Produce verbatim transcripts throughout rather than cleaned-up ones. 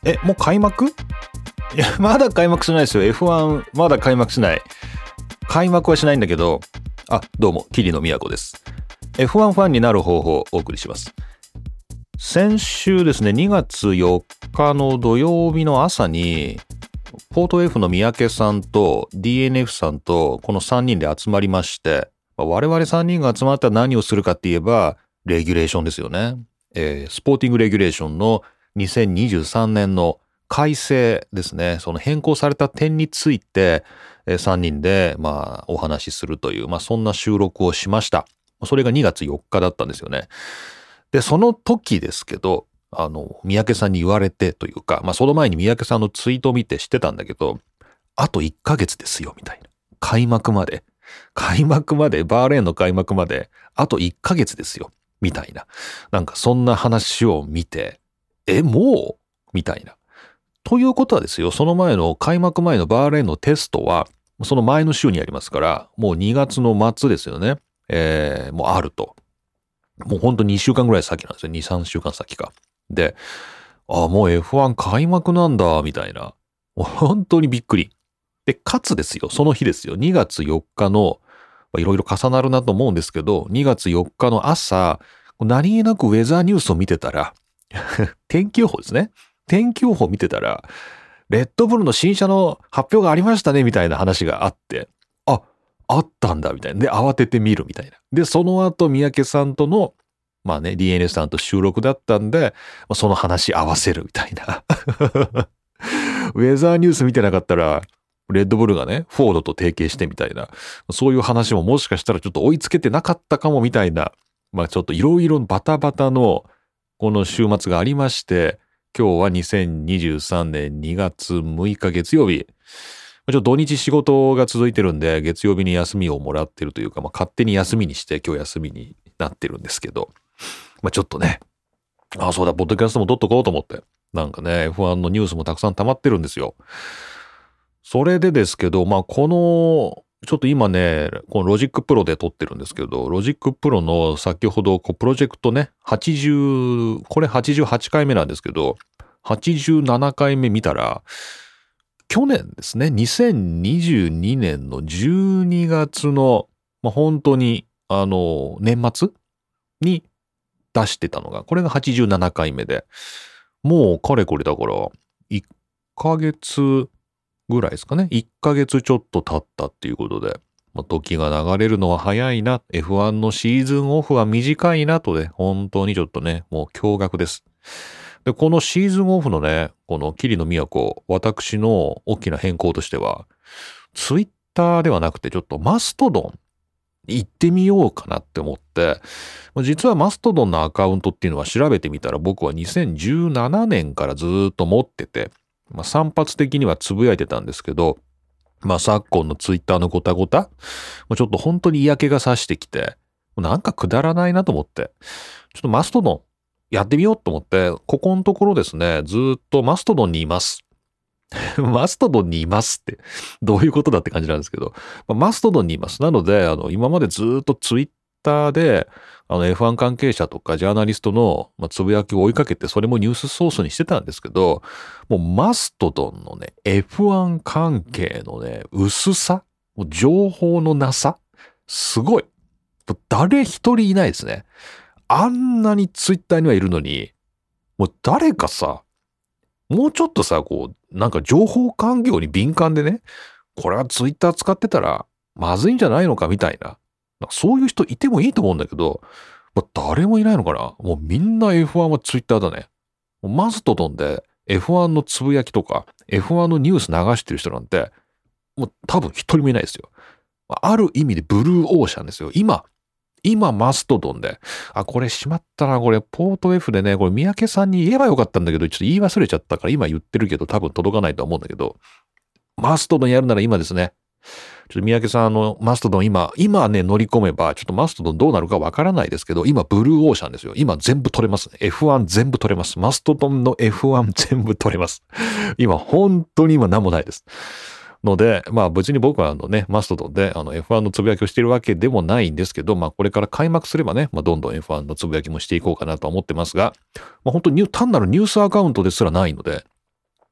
え、もう開幕？いや、まだ開幕しないですよ。エフワン まだ開幕しない。開幕はしないんだけど、あ、どうも、桐野都です。エフワン ファンになる方法をお送りします。先週ですね、にがつよっかの土曜日の朝に、ポート F の三宅さんと ディーエヌエフ さんとこのさんにんで集まりまして、我々さんにんが集まったら何をするかって言えば、レギュレーションですよね。えー、スポーティングレギュレーションのにせんにじゅうさんねんの改正ですね。その変更された点について、えー、さんにんで、まあ、お話しするという、まあ、そんな収録をしました。それがにがつよっかだったんですよね。で、その時ですけど、あの、三宅さんに言われてというか、まあ、その前に三宅さんのツイートを見て知ってたんだけど、あといっかげつですよ、みたいな。開幕まで。開幕まで、バーレーンの開幕まで、あといっかげつですよ、みたいな。なんかそんな話を見て、え、もうみたいな。ということはですよ、その前の開幕前のバーレーンのテストは、その前の週にありますから、もうにがつの末ですよね。えー、もうあると。もうほんとにしゅうかんぐらい先なんですよ。に、さんしゅうかん先か。で、あ、もう エフワン 開幕なんだ、みたいな。もう本当にびっくり。で、かつですよ、その日ですよ。にがつよっかの、いろいろ重なるなと思うんですけど、にがつよっかの朝、何気なくウェザーニュースを見てたら、天気予報ですね。天気予報見てたら、レッドブルの新車の発表がありましたね、みたいな話があって、あ、あったんだ、みたいな。で、慌てて見るみたいな。で、その後、三宅さんとの、まあね、ディーエヌエフ さんと収録だったんで、その話合わせるみたいな。ウェザーニュース見てなかったら、レッドブルがね、フォードと提携してみたいな、そういう話ももしかしたらちょっと追いつけてなかったかもみたいな、まあちょっといろいろバタバタのこの週末がありまして、今日はにせんにじゅうさんねんにがつむいか月曜日。ちょっと土日仕事が続いてるんで、月曜日に休みをもらってるというか、まあ勝手に休みにして今日休みになってるんですけど、まあちょっとね、ああそうだ、ポッドキャストも撮っとこうと思って、なんかね、エフワン のニュースもたくさん溜まってるんですよ。それでですけど、まあこの、ちょっと今ね、このロジックプロで撮ってるんですけど、ロジックプロの先ほどこうプロジェクトね、はちじゅう、これはちじゅうはちかいめなんですけど、はちじゅうななかいめ見たら、去年ですね、にせんにじゅうにねんのじゅうにがつの、まあ、本当に、あの、年末に出してたのが、これがはちじゅうななかいめで、もうかれこれだから、いっかげつぐらいですかね。いっかげつちょっと経ったっていうことで、まあ、時が流れるのは早いな、エフワン のシーズンオフは短いなとね、本当にちょっとね、もう驚愕です。で、このシーズンオフのね、この桐野都、私の大きな変更としては、ツイッターではなくてちょっとマストドン行ってみようかなって思って、実はマストドンのアカウントっていうのは調べてみたら僕はにせんじゅうななねんからずっと持ってて、まあ、散発的にはつぶやいてたんですけど、まあ昨今のツイッターのごたごた、ちょっと本当に嫌気がさしてきて、なんかくだらないなと思って、ちょっとマストドンやってみようと思って、ここのところですね、ずっとマストドンにいます。マストドンにいますって、どういうことだって感じなんですけど、マストドンにいます。なので、あの、今までずっとツイッターで、あの エフワン 関係者とかジャーナリストのつぶやきを追いかけて、それもニュースソースにしてたんですけど、もうマストドンのね、エフワン 関係のね、薄さ、もう情報のなさ、すごい。誰一人いないですね。あんなにツイッターにはいるのに、もう誰かさ、もうちょっとさ、こう、なんか情報環境に敏感でね、これはツイッター使ってたらまずいんじゃないのかみたいな。なんかそういう人いてもいいと思うんだけど、まあ、誰もいないのかな。もうみんな エフワン はツイッターだね。もうマストドンで エフワン のつぶやきとか エフワン のニュース流してる人なんて、もう多分一人もいないですよ。ある意味でブルーオーシャンですよ。今、今マストドンで、あ、これしまったな、これポート F でね、これ三宅さんに言えばよかったんだけど、ちょっと言い忘れちゃったから今言ってるけど多分届かないと思うんだけど、マストドンやるなら今ですね。ちょっと三宅さん、あの、マストドン今、今ね、乗り込めば、ちょっとマストドンどうなるかわからないですけど、今、ブルーオーシャンですよ。今、全部取れます。エフワン 全部取れます。マストドンの エフワン 全部取れます。今、本当に今、何もないです。ので、まあ、別に僕はあのね、マストドンで、あの、エフワン のつぶやきをしているわけでもないんですけど、まあ、これから開幕すればね、まあ、どんどん エフワン のつぶやきもしていこうかなと思ってますが、まあ、本当に単なるニュースアカウントですらないので、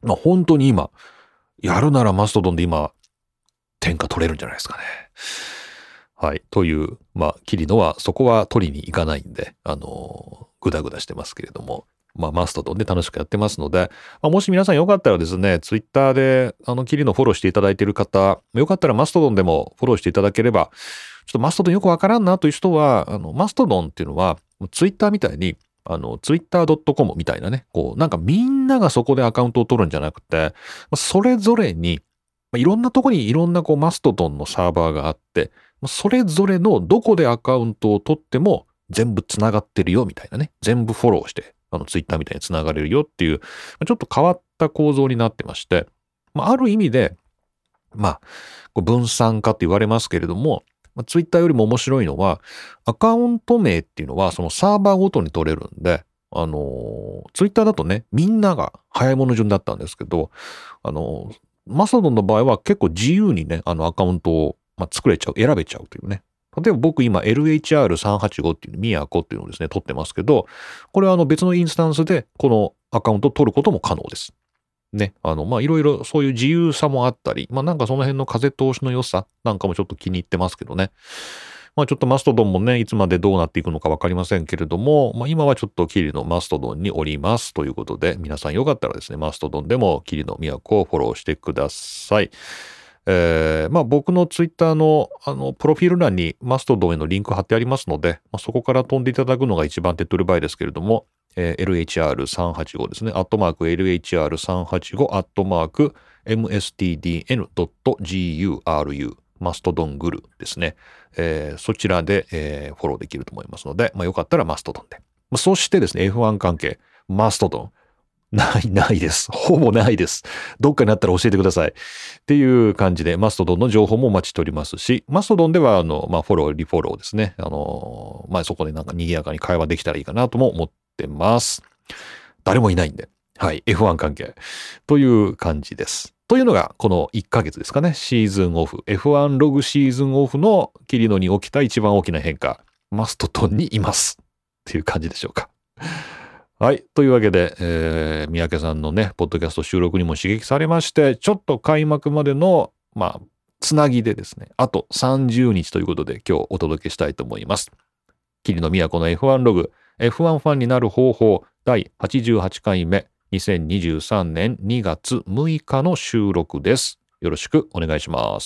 まあ本当に今、やるならマストドンで今、天下取れるんじゃないですかね。はい。という、まあ、キリノはそこは取りに行かないんで、あの、ぐだぐだしてますけれども、まあ、マストドンで楽しくやってますので、まあ、もし皆さんよかったらですね、ツイッターで、あの、キリノフォローしていただいている方、よかったらマストドンでもフォローしていただければ、ちょっとマストドンよくわからんなという人は、あの、マストドンっていうのは、ツイッターみたいに、あの、ツイッタードットコム みたいなね、こう、なんかみんながそこでアカウントを取るんじゃなくて、それぞれに、いろんなとこにいろんなこうマストドンのサーバーがあって、それぞれのどこでアカウントを取っても全部つながってるよみたいなね。全部フォローして、あのツイッターみたいにつながれるよっていう、ちょっと変わった構造になってまして、まあ、ある意味で、まあ、分散化って言われますけれども、ツイッターよりも面白いのは、アカウント名っていうのはそのサーバーごとに取れるんで、あの、ツイッターだとね、みんなが早いもの順だったんですけど、あの、マストドンの場合は結構自由にね、あのアカウントを、まあ、作れちゃう、選べちゃうというね。例えば僕今 エルエイチアールさんはちご っていう、ミヤコっていうのをですね、取ってますけど、これはあの別のインスタンスでこのアカウントを取ることも可能です。ね。あの、まあ、いろいろそういう自由さもあったり、まあ、なんかその辺の風通しの良さなんかもちょっと気に入ってますけどね。まあ、ちょっとマストドンもね、いつまでどうなっていくのかわかりませんけれども、まあ、今はちょっとキリのマストドンにおりますということで、皆さんよかったらですね、マストドンでもキリの都をフォローしてください。えー、まあ僕のツイッターのあのプロフィール欄にマストドンへのリンク貼ってありますので、まあ、そこから飛んでいただくのが一番手っ取り早いですけれども、えー、エルエイチアールさんはちご ですね。アットマーク エルエイチアールさんはちご アットマーク エムエスティーディーエヌドットグル マストドングルですね。えー、そちらで、えー、フォローできると思いますので、まあ、よかったらマストドンで。まあ、そしてですね、エフワン 関係、マストドン。ない、ないです。ほぼないです。どっかにあったら教えてください。っていう感じで、マストドンの情報もお待ちしておりますし、マストドンでは、あの、まあ、フォロー、リフォローですね。あの、まあ、そこでなんか賑やかに会話できたらいいかなとも思ってます。誰もいないんで。はい。エフワン 関係。という感じです。というのが、このいっかげつですかね。シーズンオフ。エフワン ログシーズンオフのキリノに起きた一番大きな変化。マストドンにいます。っていう感じでしょうか。はい。というわけで、えー、三宅さんのね、ポッドキャスト収録にも刺激されまして、ちょっと開幕までの、まあ、つなぎでですね、あとさんじゅうにちということで今日お届けしたいと思います。桐野都の エフワン ログ、エフワン ファンになる方法、だいはちじゅうはちかいめ、にせんにじゅうさんねんにがつむいかの収録です。よろしくお願いします。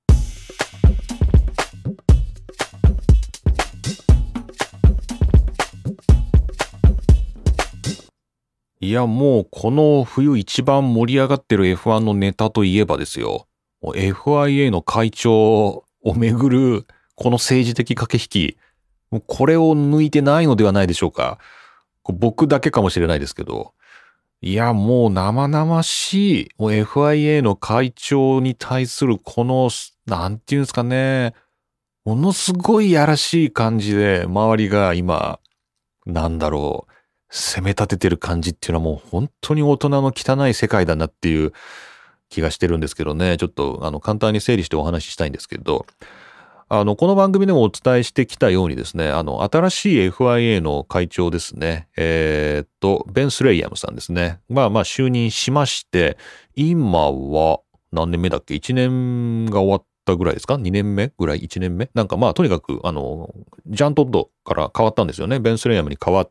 いや、もうこの冬一番盛り上がってる エフワン のネタといえばですよ。エフアイエー の会長をめぐるこの政治的駆け引き、もうこれを抜いてないのではないでしょうか。僕だけかもしれないですけど。いや、もう生々しい、もう エフアイエー の会長に対するこの、なんていうんですかね。ものすごいやらしい感じで周りが今、なんだろう。攻め立ててる感じっていうのはもう本当に大人の汚い世界だなっていう気がしてるんですけどね。ちょっとあの簡単に整理してお話ししたいんですけど、あのこの番組でもお伝えしてきたようにですね、あの新しい エフアイエー の会長ですね、えー、っとベン・スレイヤムさんですね。まあまあ就任しまして、今は何年目だっけ ?いち 年が終わったぐらいですか ?に 年目ぐらい ?いち 年目なんかまあとにかくあのジャン・トッドから変わったんですよね。ベン・スレイヤムに変わって、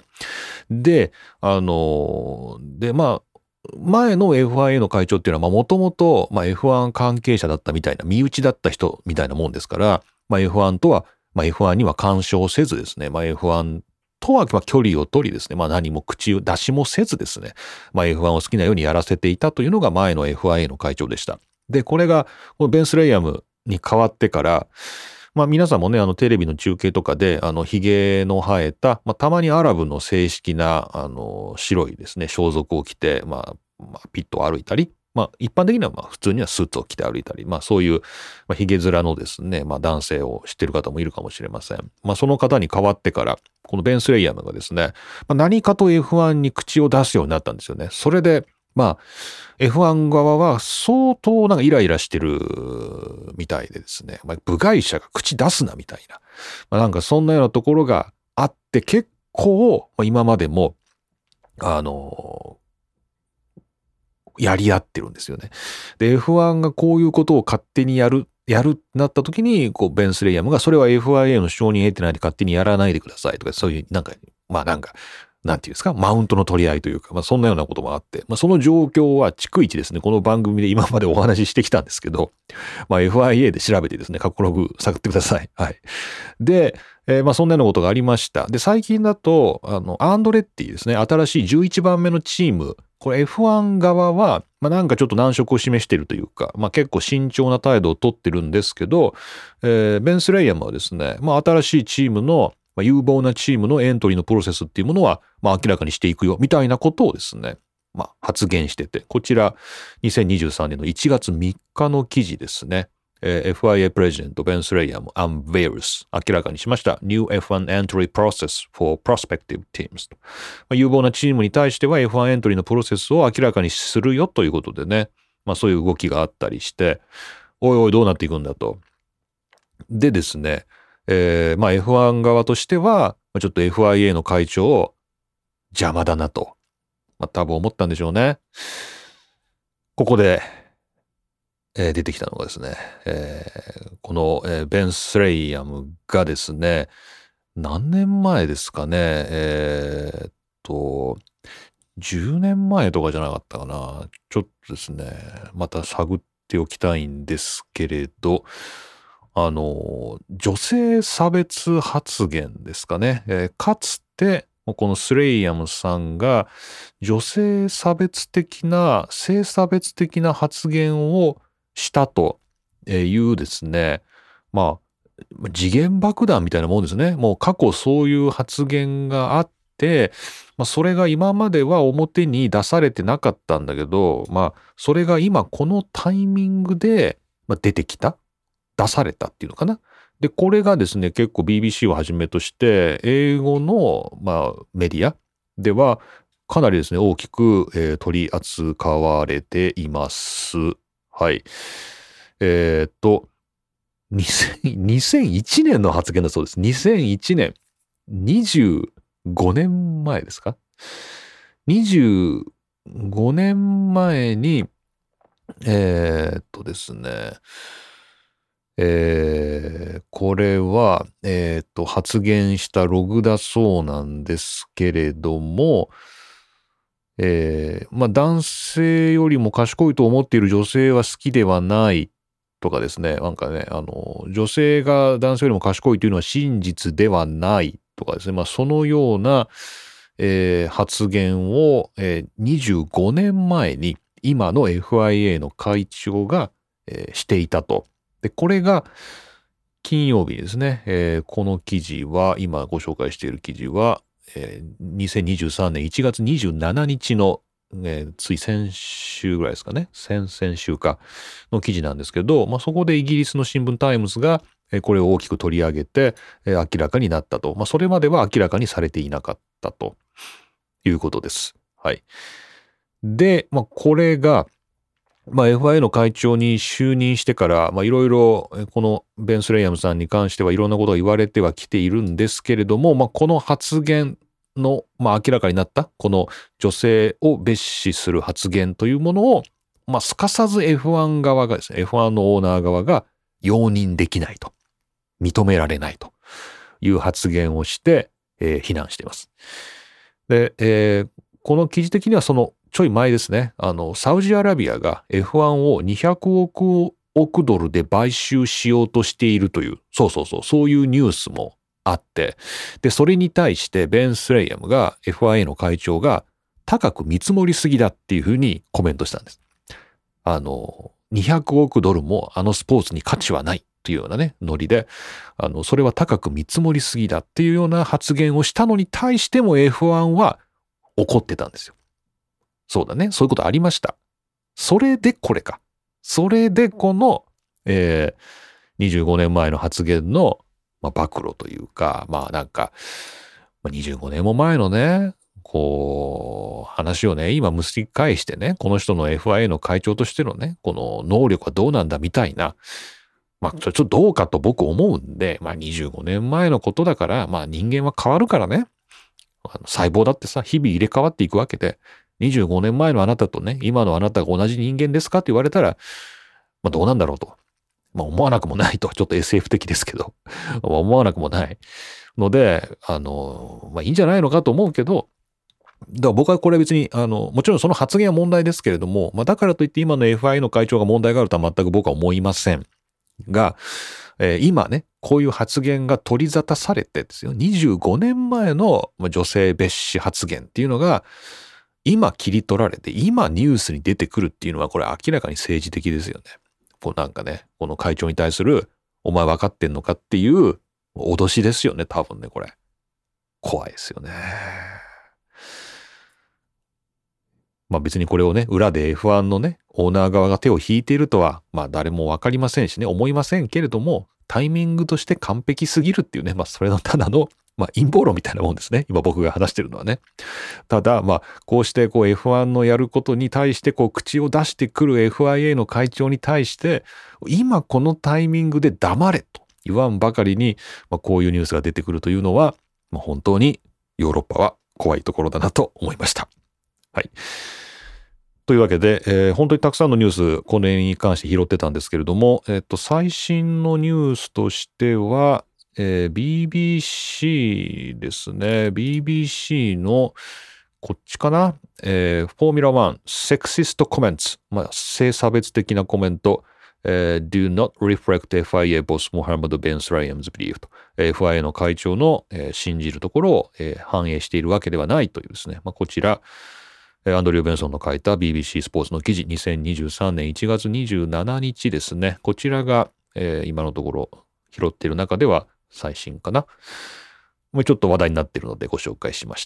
で、あの、で、まあ、前の エフアイエー の会長っていうのは、もともと エフワン 関係者だったみたいな、身内だった人みたいなもんですから、まあ、エフワン とは、まあ、エフワン には干渉せずですね、まあ、エフワン とはまあ距離を取りですね、まあ、何も口を出しもせずですね、まあ、エフワン を好きなようにやらせていたというのが前の エフアイエー の会長でした。で、これが、このベン・スレイヤムに変わってから、まあ皆さんもね、あのテレビの中継とかで、あの髭の生えた、まあたまにアラブの正式な、あの白いですね、装束を着て、まあ、まあ、ピットを歩いたり、まあ一般的にはまあ普通にはスーツを着て歩いたり、まあそういう、まあ、髭面のですね、まあ男性を知ってる方もいるかもしれません。まあその方に代わってから、このベン・スレイヤムがですね、まあ、何かと エフワン に口を出すようになったんですよね。それで、まあ、エフワン 側は相当なんかイライラしてるみたいでですね、まあ、部外者が口出すなみたいな、まあ、なんかそんなようなところがあって結構、まあ、今までも、あの、 やり合ってるんですよね。で、エフワン がこういうことを勝手にやる、やるってなった時に、こう、ベン・スレイヤムが、それは エフアイエー の承認得てないで勝手にやらないでくださいとか、そういう、なんか、まあなんか、なんていうんですか、マウントの取り合いというか、まあそんなようなこともあって、まあその状況は逐一ですね、この番組で今までお話ししてきたんですけど、まあ エフアイエー で調べてですね、過去ログ探ってください。はい。で、えー、まあそんなようなことがありました。で、最近だと、あの、アンドレッティですね、新しいじゅういちばんめのチーム、これ エフワン 側は、まあなんかちょっと難色を示しているというか、まあ結構慎重な態度をとってるんですけど、えー、ベン・スレイヤムはですね、まあ新しいチームの、まあ、有望なチームのエントリーのプロセスっていうものは、まあ明らかにしていくよ、みたいなことをですね、まあ発言してて、こちらにせんにじゅうさんねんのいちがつみっかの記事ですね。えー、エフアイエー プレジデントベン・スレイヤム unveils 明らかにしました New エフワン Entry Process for Prospective Teams、まあ、有望なチームに対しては エフワン エントリーのプロセスを明らかにするよということでね、まあそういう動きがあったりして、おいおいどうなっていくんだと。でですね、えー、まあ エフワン 側としては、ちょっと エフアイエー の会長を邪魔だなと、まあ多分思ったんでしょうね。ここで、えー、出てきたのがですね、えー、この、えー、ベン・スレイヤムがですね、何年前ですかね、えー、っと、じゅうねんまえとかじゃなかったかな。ちょっとですね、また探っておきたいんですけれど、あの、女性差別発言ですかね。えー、かつて、このスレイヤムさんが女性差別的な、性差別的な発言をしたというですね、まあ、時限爆弾みたいなもんですね。もう過去そういう発言があって、まあ、それが今までは表に出されてなかったんだけど、まあ、それが今このタイミングで出てきた、出されたっていうのかな。で、これがですね、結構 ビービーシー をはじめとして、英語の、まあ、メディアでは、かなりですね、大きく、えー、取り扱われています。はい。えー、っと、にせんいちねんの発言だそうです。にせんいちねん。にじゅうごねんまえですか ?にじゅうごねんまえに、えー、っとですね、えー、これは、えー、っと、発言したログだそうなんですけれども、えー、まあ男性よりも賢いと思っている女性は好きではないとかですね、なんかね、あの、女性が男性よりも賢いというのは真実ではないとかですね、まあそのような、えー、発言を、えー、にじゅうごねんまえに今の エフアイエー の会長が、えー、していたと。で、これが金曜日ですね、えー、この記事は、今ご紹介している記事は、えー、にせんにじゅうさんねんいちがつにじゅうしちにちの、えー、つい先週ぐらいですかね。先々週かの記事なんですけど、まあ、そこでイギリスの新聞タイムズが、えー、これを大きく取り上げて、えー、明らかになったと。まあ、それまでは明らかにされていなかったということです。はい。で、まあ、これが、まあ、エフアイエー の会長に就任してから、まあ、いろいろ、このベン・スレイヤムさんに関してはいろんなことが言われてはきているんですけれども、まあ、この発言の、まあ、明らかになった、この女性を蔑視する発言というものを、まあ、すかさず エフワン 側がですね、エフワン のオーナー側が容認できないと、認められないという発言をして、えー、非難しています。で、えー、この記事的にはそのちょい前ですね。あの、サウジアラビアが エフワン をにひゃくおくおくドルで買収しようとしているという、そうそうそう、そういうニュースもあって、で、それに対してベン・スレイヤムが エフアイエー の会長が高く見積もりすぎだっていうふうにコメントしたんです。あの、にひゃくおくドルもあのスポーツに価値はないというようなね、ノリで、あの、それは高く見積もりすぎだっていうような発言をしたのに対しても エフワン は怒ってたんですよ。そうだね。そういうことありました。それでこれか。それでこの、えー、にじゅうごねんまえの発言の、まあ、暴露というか、まあなんか、まあ、にじゅうごねんも前のね、こう、話をね、今結び返してね、この人の エフアイエー の会長としてのね、この能力はどうなんだみたいな、まあちょっとどうかと僕思うんで、まあにじゅうごねんまえのことだから、まあ人間は変わるからね、あの細胞だってさ、日々入れ替わっていくわけで、 にじゅうごねんまえのあなたとね、今のあなたが同じ人間ですかって言われたら、まあどうなんだろうと。まあ思わなくもないと。ちょっと エスエフ 的ですけど。思わなくもない。ので、あの、まあいいんじゃないのかと思うけど、だから僕はこれ別に、あの、もちろんその発言は問題ですけれども、まあだからといって今の エフアイ の会長が問題があるとは全く僕は思いませんが、えー今ね、こういう発言が取り沙汰されてですよ。にじゅうごねんまえのまあ女性蔑視発言っていうのが、今切り取られて、今ニュースに出てくるっていうのは、これ明らかに政治的ですよね。こうなんかね、この会長に対する、お前分かってんのかっていう、脅しですよね、多分ね、これ。怖いですよね。まあ別にこれをね、裏で エフワン のね、オーナー側が手を引いているとは、まあ誰もわかりませんしね、思いませんけれども、タイミングとして完璧すぎるっていうね、まあそれのただの、まあ陰謀論みたいなもんですね。今僕が話してるのはね。ただ、まあこうしてこう エフワン のやることに対してこう口を出してくる エフアイエー の会長に対して、今このタイミングで黙れと言わんばかりに、まあこういうニュースが出てくるというのは、まあ本当にヨーロッパは怖いところだなと思いました。はい。というわけで、えー本当にたくさんのニュース、これに関して拾ってたんですけれども、えっと、最新のニュースとしては、えー ビービーシー ですね。ビービーシー の、こっちかな、えーフォーミュラワン、セクシストコメンツ、まあ、性差別的なコメント、えー do not reflect エフアイエー ボスモハメド・ベン・スライアムズ・ビリーフと、エフアイエー の会長の、えー信じるところを、えー反映しているわけではないというですね、まあ、こちら、アンドリュー・ベンソンの書いた ビービーシー スポーツの記事、にせんにじゅうさんねんいちがつにじゅうしちにちですね。こちらが、えー今のところ拾っている中では最新かな。もうちょっと話題になっているのでご紹介しました。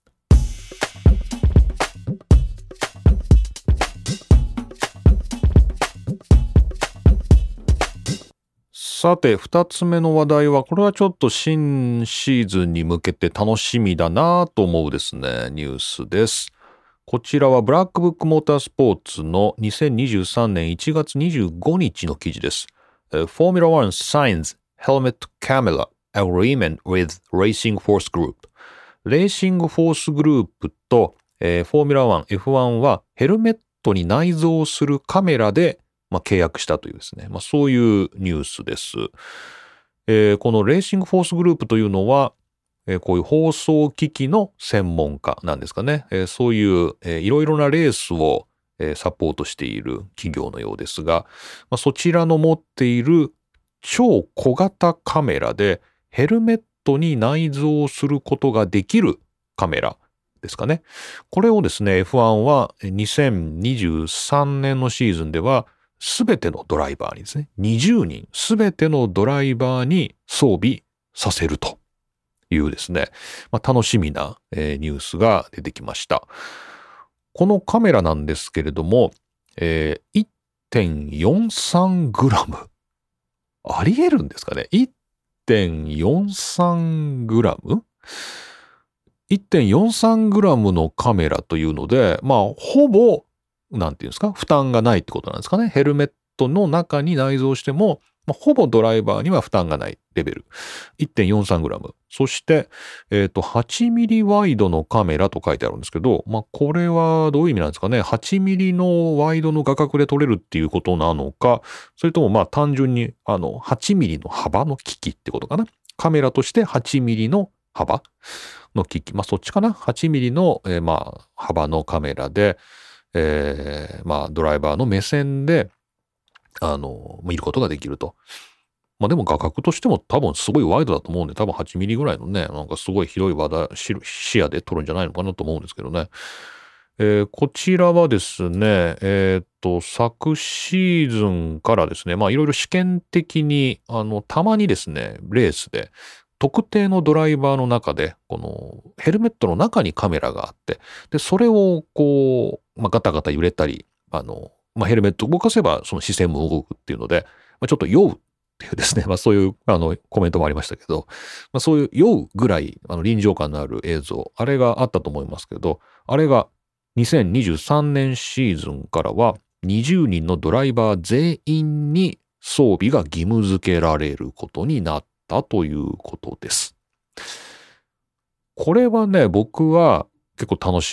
さて、二つ目の話題は、これはちょっと新シーズンに向けて楽しみだなと思うですね、ニュースです。こちらはブラックブックモータースポーツのにせんにじゅうさんねんいちがつにじゅうごにちの記事です。Formula One signs helmet camera agreement with Racing Force Group。レーシングフォースグループと、えー、フォーミュラワン、エフワン はヘルメットに内蔵するカメラで、まあ、契約したというですね、まあ、そういうニュースです。えーこのレーシングフォースグループというのは、えーこういう放送機器の専門家なんですかね。えーそういう、えーいろいろなレースを、えーサポートしている企業のようですが、まあ、そちらの持っている超小型カメラでヘルメットに内蔵することができるカメラですかね。これをですね、エフワン はにせんにじゅうさんねんのシーズンではすべてのドライバーにですね、にじゅうにんすべてのドライバーに装備させるというですね、まあ、楽しみな、えーニュースが出てきました。このカメラなんですけれども、えー いってんよんさんグラム。あり得るんですかね ?いってんよんさんグラム いってんよんさんグラムのカメラというので、まあ、ほぼ、なんていうんですか、負担がないってことなんですかね。ヘルメットの中に内蔵しても、まあ、ほぼドライバーには負担がないレベル。いってんよんさんグラム。そして、えっと、はちミリワイドのカメラと書いてあるんですけど、まあ、これはどういう意味なんですかね。はちミリのワイドの画角で撮れるっていうことなのか、それともまあ単純に、あの、はちミリの幅の機器ってことかな。カメラとしてはちミリの幅の機器。まあ、そっちかな。はちミリの、えーまあ、幅のカメラで、えーまあ、ドライバーの目線で、あの、見ることができると。まあでも画角としても多分すごいワイドだと思うんで、多分はちミリぐらいのね、なんかすごい広い話題視視野で撮るんじゃないのかなと思うんですけどね。えーこちらはですね、えーっと、昨シーズンからですね、まあいろいろ試験的に、あの、たまにですね、レースで、特定のドライバーの中で、このヘルメットの中にカメラがあって、で、それをこう、まあ、ガタガタ揺れたり、あの、まあ、ヘルメットを動かせばその視線も動くっていうので、まあ、ちょっと酔うっていうですね、まあそういうあのコメントもありましたけど、まあそういう酔うぐらいあの臨場感のある映像、あれがあったと思いますけど、あれがにせんにじゅうさんねんシーズンからはにじゅうにんのドライバー全員に装備が義務付けられることになったということです。これはね、僕は結構楽しみ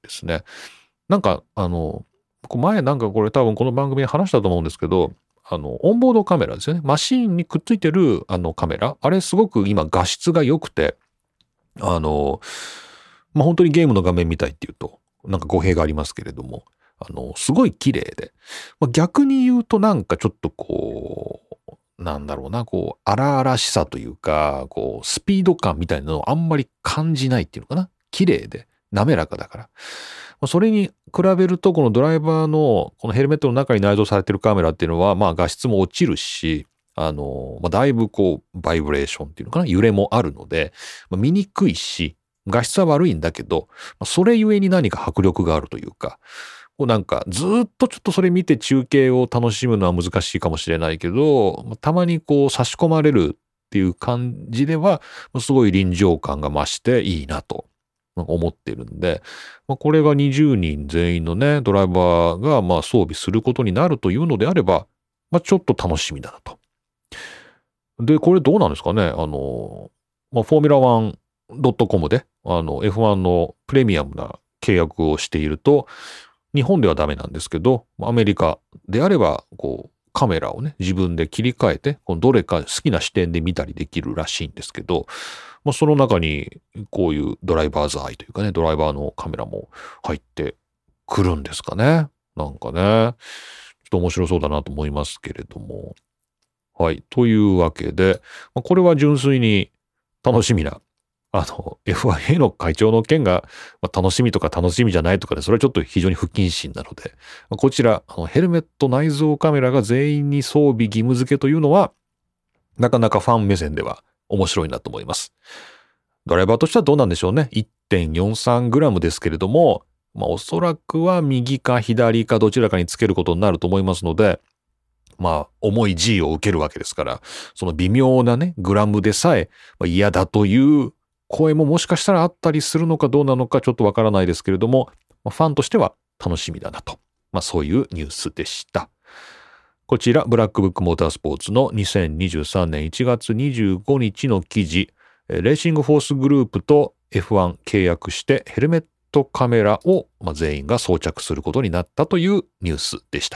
ですね。なんか、あの、前なんかこれ多分この番組で話したと思うんですけど、あの、オンボードカメラですよね。マシーンにくっついてるあのカメラ。あれすごく今画質が良くて、あの、まあ、本当にゲームの画面みたいっていうと、なんか語弊がありますけれども、あの、すごい綺麗で、まあ、逆に言うとなんかちょっとこう、なんだろうな、こう、荒々しさというか、こう、スピード感みたいなのをあんまり感じないっていうのかな。綺麗で、滑らかだから。それに比べると、このドライバーの、このヘルメットの中に内蔵されているカメラっていうのは、まあ画質も落ちるし、あの、まあ、だいぶこう、バイブレーションっていうのかな、揺れもあるので、まあ、見にくいし、画質は悪いんだけど、それゆえに何か迫力があるというか、こうなんかずっとちょっとそれ見て中継を楽しむのは難しいかもしれないけど、たまにこう差し込まれるっていう感じでは、すごい臨場感が増していいなと思ってるんで、まあ、これがにじゅうにん全員のね、ドライバーがまあ装備することになるというのであれば、まあ、ちょっと楽しみだなと。で、これどうなんですかね、あの、まあ、フォーミュラワンドットコム で、あの、エフワン のプレミアムな契約をしていると、日本ではダメなんですけど、アメリカであれば、こう、カメラをね、自分で切り替えて、このどれか好きな視点で見たりできるらしいんですけど、まあ、その中に、こういうドライバーズアイというかね、ドライバーのカメラも入ってくるんですかね。なんかね、ちょっと面白そうだなと思いますけれども。はい。というわけで、まあ、これは純粋に楽しみな、あの、エフワンエー の会長の件が、まあ、楽しみとか楽しみじゃないとかで、それはちょっと非常に不謹慎なので、まあ、こちら、あのヘルメット内蔵カメラが全員に装備義務付けというのは、なかなかファン目線では面白いなと思います。ドライバーとしてはどうなんでしょうね。いってんよんさんグラム ですけれども、まあ、おそらくは右か左かどちらかにつけることになると思いますので、まあ、重い G を受けるわけですから、その微妙なね、グラムでさえ嫌だという声ももしかしたらあったりするのかどうなのかちょっとわからないですけれども、ファンとしては楽しみだなと。まあそういうニュースでした。こちら、ブラックブックモータースポーツのにせんにじゅうさんねんいちがつにじゅうごにちの記事、レーシングフォースグループと エフワン 契約してヘルメットカメラを全員が装着することになったというニュースでした。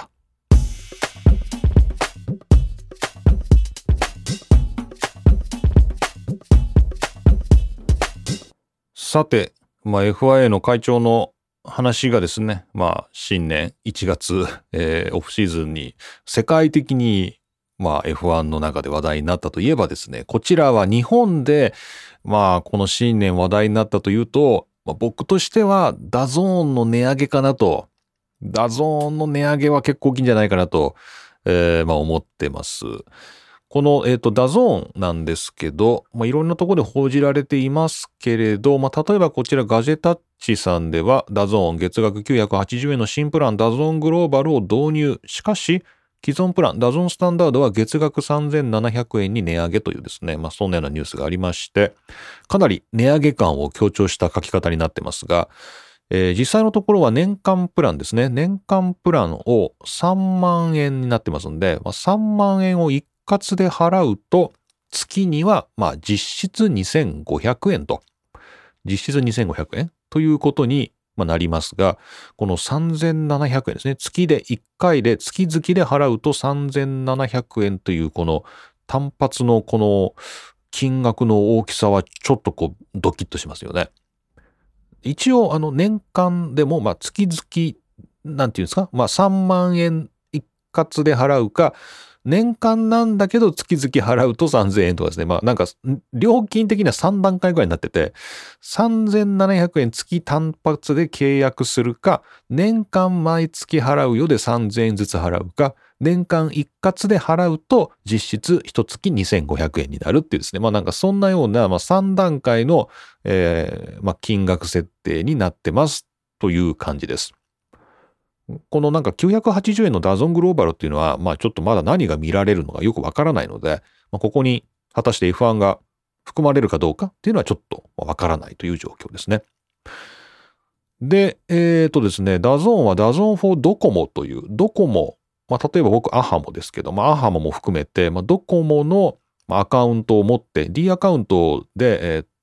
さて、まあ、エフワンエー の会長の話がですね、まあ、新年いちがつ、えー、オフシーズンに世界的に、まあ、エフワン の中で話題になったといえばですね、こちらは日本で、まあ、この新年話題になったというと、まあ、僕としてはダゾーンの値上げかなと、ダゾーンの値上げは結構大きいんじゃないかなと、えー、まあ、思ってます。この、えっと、ダゾーンなんですけど、まあ、いろんなところで報じられていますけれど、まあ、例えばこちらガジェタッチさんでは、ダゾーン月額きゅうひゃくはちじゅうえんの新プラン、ダゾーングローバルを導入。しかし、既存プラン、ダゾーンスタンダードは月額さんぜんななひゃくえんに値上げというですね、まあ、そんなようなニュースがありまして、かなり値上げ感を強調した書き方になってますが、えー、実際のところは年間プランですね。年間プランをさんまんえんになってますんで、まあ、さんまんえんを一括で払うと、月には、まあ、実質にせんごひゃくえんと、実質にせんごひゃくえんということになりますが、このさんぜんななひゃくえんですね。月でいっかいで、月々で払うとさんぜんななひゃくえんという、この単発のこの金額の大きさはちょっとこう、ドキッとしますよね。一応、あの、年間でも、まあ、月々、なんていうんですか、まあ、さんまんえん一括で払うか、年間なんだけど月々払うとさんぜんえんとかですね。まあなんか料金的にはさんだんかいぐらいになってて、さんぜんななひゃくえん月単発で契約するか、年間毎月払うよでさんぜんえんずつ払うか、年間一括で払うと実質一月にせんごひゃくえんになるっていうですね。まあなんかそんなような、まあ、さんだんかいの、えーまあ、金額設定になってますという感じです。このなんかきゅうひゃくはちじゅうえんのダゾングローバルっていうのは、まあちょっとまだ何が見られるのかよくわからないので、まあ、ここに果たして エフワン が含まれるかどうかっていうのはちょっとわからないという状況ですね。で、えっとですね、ダゾーンはダゾーンフォードコモという、ドコモ、まあ例えば僕アハモですけど、まあアハモも含めて、まあドコモのアカウントを持って、D アカウントで、えっ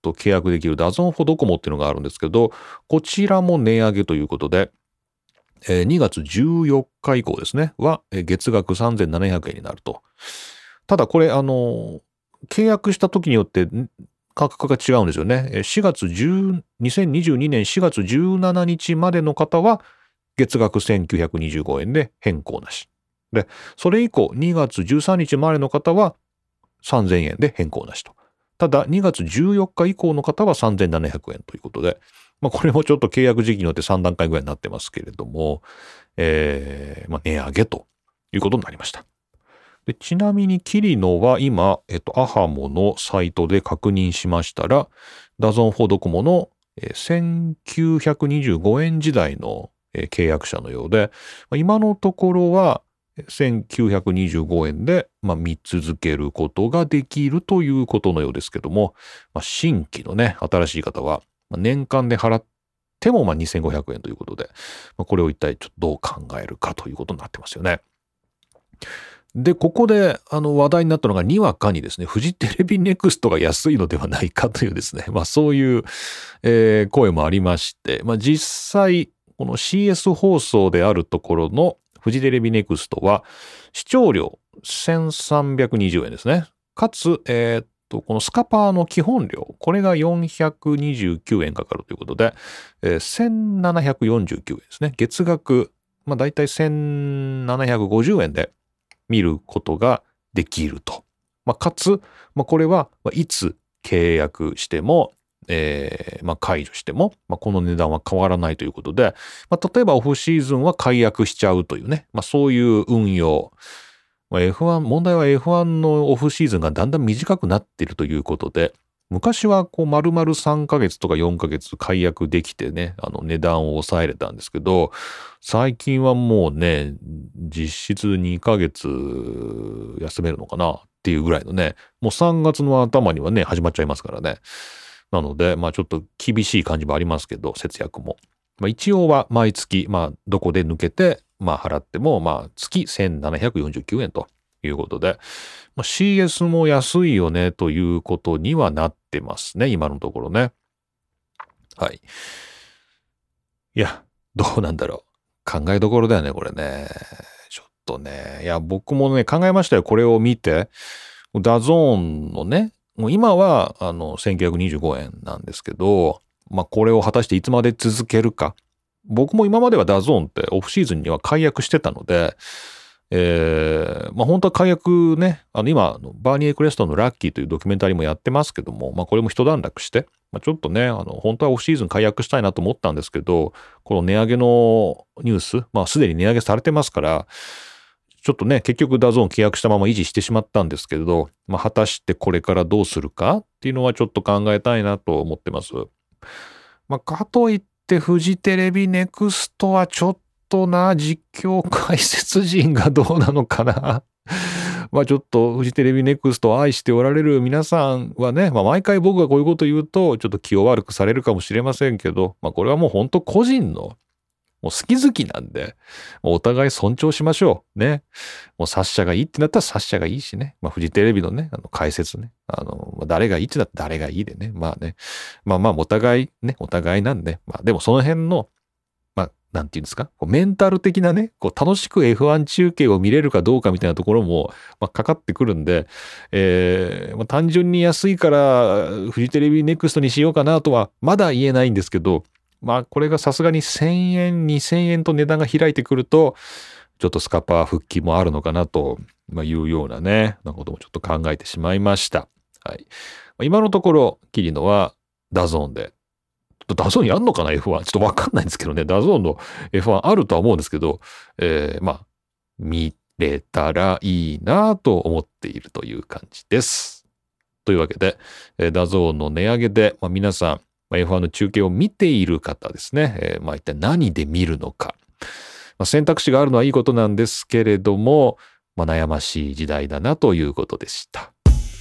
と契約できるダゾーンフォードコモっていうのがあるんですけど、こちらも値上げということで、えー、にがつじゅうよっか以降ですね、は、えー、月額さんぜんななひゃくえんになると。ただこれ、あのー、契約した時によって価格が違うんですよね。しがつ10、にせんにじゅうにねんしがつじゅうしちにちまでの方は、月額せんきゅうひゃくにじゅうごえんで変更なし。で、それ以降、にがつじゅうさんにちまでの方はさんぜんえんで変更なしと。ただ、にがつじゅうよっか以降の方はさんぜんななひゃくえんということで、まあ、これもちょっと契約時期によってさん段階ぐらいになってますけれども、えー、まあ、値上げということになりました。でちなみに、キリノは今、えっと、アハモのサイトで確認しましたら、ダゾーンフォードコモのせんきゅうひゃくにじゅうごえん時代の契約者のようで、今のところはせんきゅうひゃくにじゅうごえんで、まあ、見続けることができるということのようですけども、まあ、新規のね、新しい方は、年間で払ってもまあにせんごひゃくえんということで、まあ、これを一体ちょっとどう考えるかということになってますよね。で、ここであの話題になったのが、にわかにですね、フジテレビネクストが安いのではないかというですね、まあそういう、えー、声もありまして、まあ実際、この シーエス 放送であるところのフジテレビネクストは、視聴料せんさんびゃくにじゅうえんですね。かつ、えー、っと、このスカパーの基本料、これがよんひゃくにじゅうきゅうえんかかるということで、えー、せんななひゃくよんじゅうきゅうえんですね。月額、まあ大体せんななひゃくごじゅうえんで、見ることができると。まあ、かつ、まあ、これはいつ契約しても、えーまあ、解除しても、まあ、この値段は変わらないということで、まあ、例えばオフシーズンは解約しちゃうというね、まあ、そういう運用。まあ、エフワン、問題は エフワン のオフシーズンがだんだん短くなっているということで、昔はこう丸々さんかげつとかよんかげつ解約できてね、あの値段を抑えれたんですけど、最近はもうね、実質にかげつ休めるのかなっていうぐらいのね、もうさんがつの頭にはね、始まっちゃいますからね。なので、まあちょっと厳しい感じもありますけど、節約も。まあ一応は毎月、まあどこで抜けて、まあ払っても、まあ月せんななひゃくよんじゅうきゅうえんということで、まあ、シーエス も安いよねということにはなってますね、今のところね。はい。いや、どうなんだろう。考えどころだよね、これね。ちょっとね。いや、僕もね、考えましたよ。これを見て。ダゾーンのね、もう今は、あの、せんきゅうひゃくにじゅうごえんなんですけど、まあ、これを果たしていつまで続けるか。僕も今まではダゾーンってオフシーズンには解約してたので、えー、まあ本当は解約ね、あの今、バーニー・エクレストンのラッキーというドキュメンタリーもやってますけども、まあこれも一段落して、まあ、ちょっとね、あの本当はオフシーズン解約したいなと思ったんですけど、この値上げのニュース、まあすでに値上げされてますから、ちょっとね、結局ダゾーン契約したまま維持してしまったんですけれど、まあ果たしてこれからどうするかっていうのはちょっと考えたいなと思ってます。まあかといってフジテレビネクストはちょっととな、実況解説陣がどうなのかな。まあちょっとフジテレビネクストを愛しておられる皆さんはね、まあ毎回僕がこういうこと言うとちょっと気を悪くされるかもしれませんけど、まあこれはもう本当個人のもう好き好きなんで、もうお互い尊重しましょう。ね。もうサッシャがいいってなったらサッシャがいいしね。まあフジテレビのね、あの解説ね。あの、誰がいいってなったら誰がいいでね。まあね。まあまあお互いね、お互いなんで。まあでもその辺のなんていうんですか、こうメンタル的なね、こう楽しく エフワン 中継を見れるかどうかみたいなところも、まあ、かかってくるんで、えーまあ、単純に安いからフジテレビネクストにしようかなとはまだ言えないんですけど、まあこれがさすがにせんえん、にせんえんと値段が開いてくると、ちょっとスカパー復帰もあるのかなというようなね、なこともちょっと考えてしまいました。はい。今のところ、キリノはダゾーンで、ダゾーンやんのかな エフワン。ちょっとわかんないんですけどね。ダゾーンの エフワン あるとは思うんですけど、えー、まあ、見れたらいいなと思っているという感じです。というわけで、ダゾーンの値上げで、まあ、皆さん、エフワン の中継を見ている方ですね。えー、まあ一体何で見るのか。まあ、選択肢があるのはいいことなんですけれども、まあ、悩ましい時代だなということでした。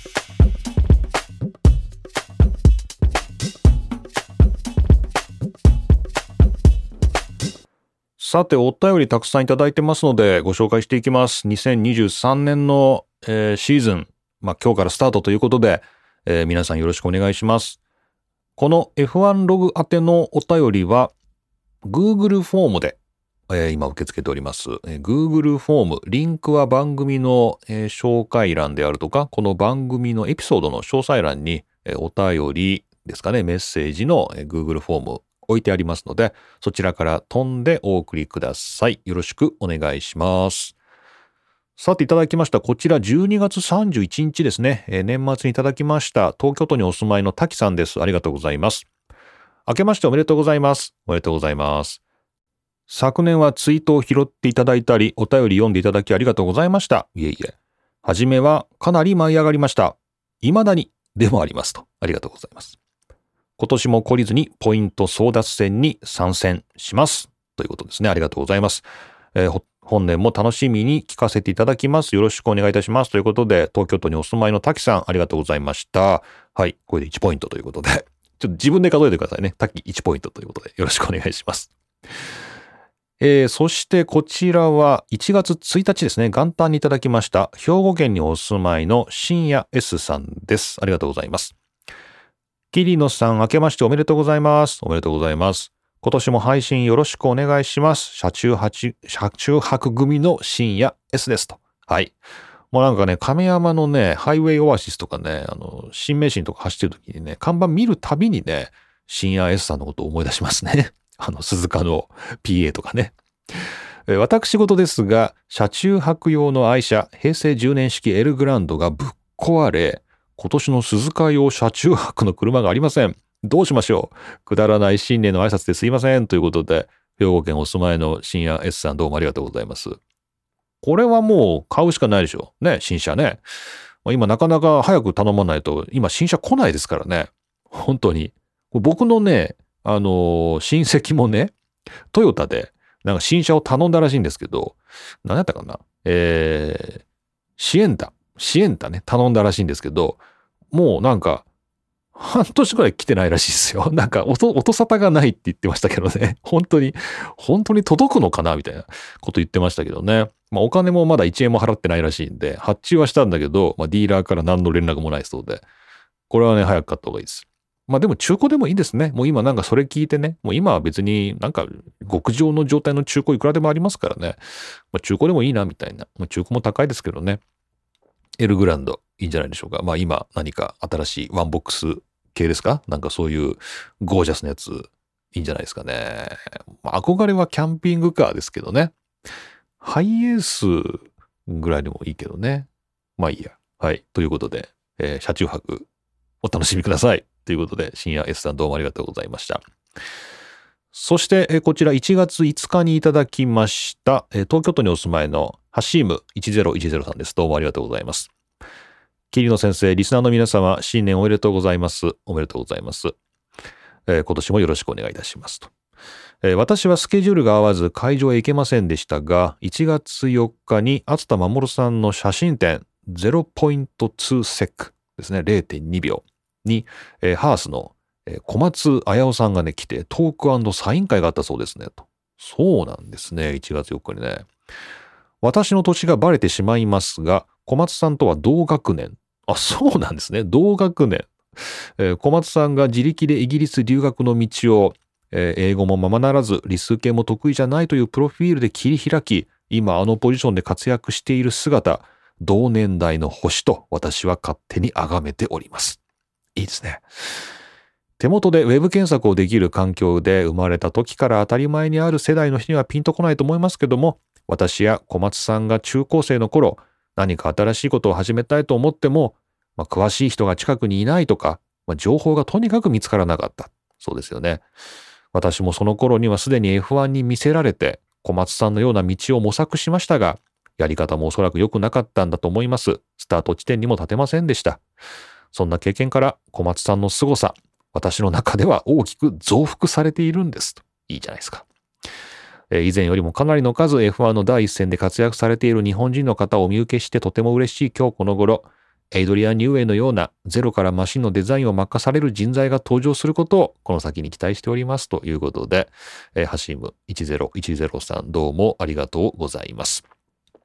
さて、お便りたくさんいただいてますので、ご紹介していきます。にせんにじゅうさんねんの、えー、シーズン、まあ、今日からスタートということで、えー、皆さんよろしくお願いします。 この エフワン ログ宛てのお便りは Google フォームで、えー、今受け付けております、えー。Google フォーム、リンクは番組の、えー、紹介欄であるとか、この番組のエピソードの詳細欄に、えー、お便りですかね、メッセージの、えー、Google フォーム置いてありますので、そちらから飛んでお送りください。よろしくお願いします。さていただきました。こちらじゅうにがつさんじゅういちにちですね。えー、年末にいただきました。東京都にお住まいの滝さんです。ありがとうございます。明けましておめでとうございます。おめでとうございます。昨年はツイートを拾っていただいたり、お便り読んでいただきありがとうございました。いえいえ。はじめはかなり舞い上がりました。未だにでもありますと。ありがとうございます。今年も懲りずにポイント争奪戦に参戦します。ということですね。ありがとうございます。えー本年も楽しみに聞かせていただきます。よろしくお願いいたします。ということで、東京都にお住まいの滝さん、ありがとうございました。はい。これでいちポイントということで、ちょっと自分で数えてくださいね。滝いちポイントということで、よろしくお願いします。えー、そしてこちらはいちがつついたちですね。元旦にいただきました。兵庫県にお住まいの深夜 S さんです。ありがとうございます。桐野さん、明けましておめでとうございます。おめでとうございます。今年も配信よろしくお願いします。車中泊、車中泊組の深夜 S ですと。はい。もうなんかね、亀山のね、ハイウェイオアシスとかね、あの、新名神とか走ってる時にね、看板見るたびにね、深夜 S さんのことを思い出しますね。あの、鈴鹿の ピーエー とかね。私事ですが、車中泊用の愛車、平成じゅうねん式エルグランドがぶっ壊れ、今年の鈴鹿用車中泊の車がありません。どうしましょう。くだらない新年の挨拶ですいません。ということで、兵庫県お住まいの深夜 S さん、どうもありがとうございます。これはもう買うしかないでしょ。ね、新車ね。今なかなか早く頼まないと、今新車来ないですからね。本当に。僕のね、あのー、親戚もね、トヨタで、なんか新車を頼んだらしいんですけど、何やったかなえー、シエンタ。シエンタね、頼んだらしいんですけど、もうなんか、半年くらい来てないらしいですよ。なんか音、音沙汰がないって言ってましたけどね。本当に、本当に届くのかなみたいなこと言ってましたけどね。まあお金もまだいちえんも払ってないらしいんで、発注はしたんだけど、まあディーラーから何の連絡もないそうで、これはね、早く買った方がいいです。まあでも中古でもいいですね。もう今なんかそれ聞いてね、もう今は別になんか極上の状態の中古いくらでもありますからね。まあ中古でもいいなみたいな。まあ中古も高いですけどね。エルグランドいいんじゃないでしょうか。まあ今何か新しいワンボックス系ですか？なんかそういうゴージャスなやついいんじゃないですかね。まあ、憧れはキャンピングカーですけどね。ハイエースぐらいでもいいけどね。まあいいや。はい。ということで、えー、車中泊お楽しみください。ということで、深夜 S さんどうもありがとうございました。そして、えー、こちらいちがついつかにいただきました、えー、東京都にお住まいのハシームいちぜろいちぜろさんです。どうもありがとうございます。桐野先生、リスナーの皆様、新年おめでとうございます。おめでとうございます。えー、今年もよろしくお願いいたしますと、えー。私はスケジュールが合わず会場へ行けませんでしたが、いちがつよっかに熱田守さんの写真展 ゼロポイントツーセック ですね、れいてんにびょうに、えー、ハースの、えー、小松彩夫さんがね、来てトーク&サイン会があったそうですねと。そうなんですね、いちがつよっかにね。私の年がバレてしまいますが、小松さんとは同学年。あ、そうなんですね。同学年。えー、小松さんが自力でイギリス留学の道を、えー、英語もままならず理数系も得意じゃないというプロフィールで切り開き、今あのポジションで活躍している姿、同年代の星と私は勝手に崇めております。いいですね。手元でウェブ検索をできる環境で生まれた時から当たり前にある世代の人にはピンとこないと思いますけども、私や小松さんが中高生の頃、何か新しいことを始めたいと思っても、まあ、詳しい人が近くにいないとか、まあ、情報がとにかく見つからなかった。そうですよね。私もその頃にはすでに エフワン に見せられて、小松さんのような道を模索しましたが、やり方もおそらく良くなかったんだと思います。スタート地点にも立てませんでした。そんな経験から小松さんの凄さ、私の中では大きく増幅されているんです。いいじゃないですか。以前よりもかなりの数 エフワン の第一線で活躍されている日本人の方をお見受けしてとても嬉しい今日この頃、エイドリアン・ニューウェイのようなゼロからマシンのデザインを任される人材が登場することをこの先に期待しておりますということで、えー、ハシームいちぜろいちぜろさんどうもありがとうございます。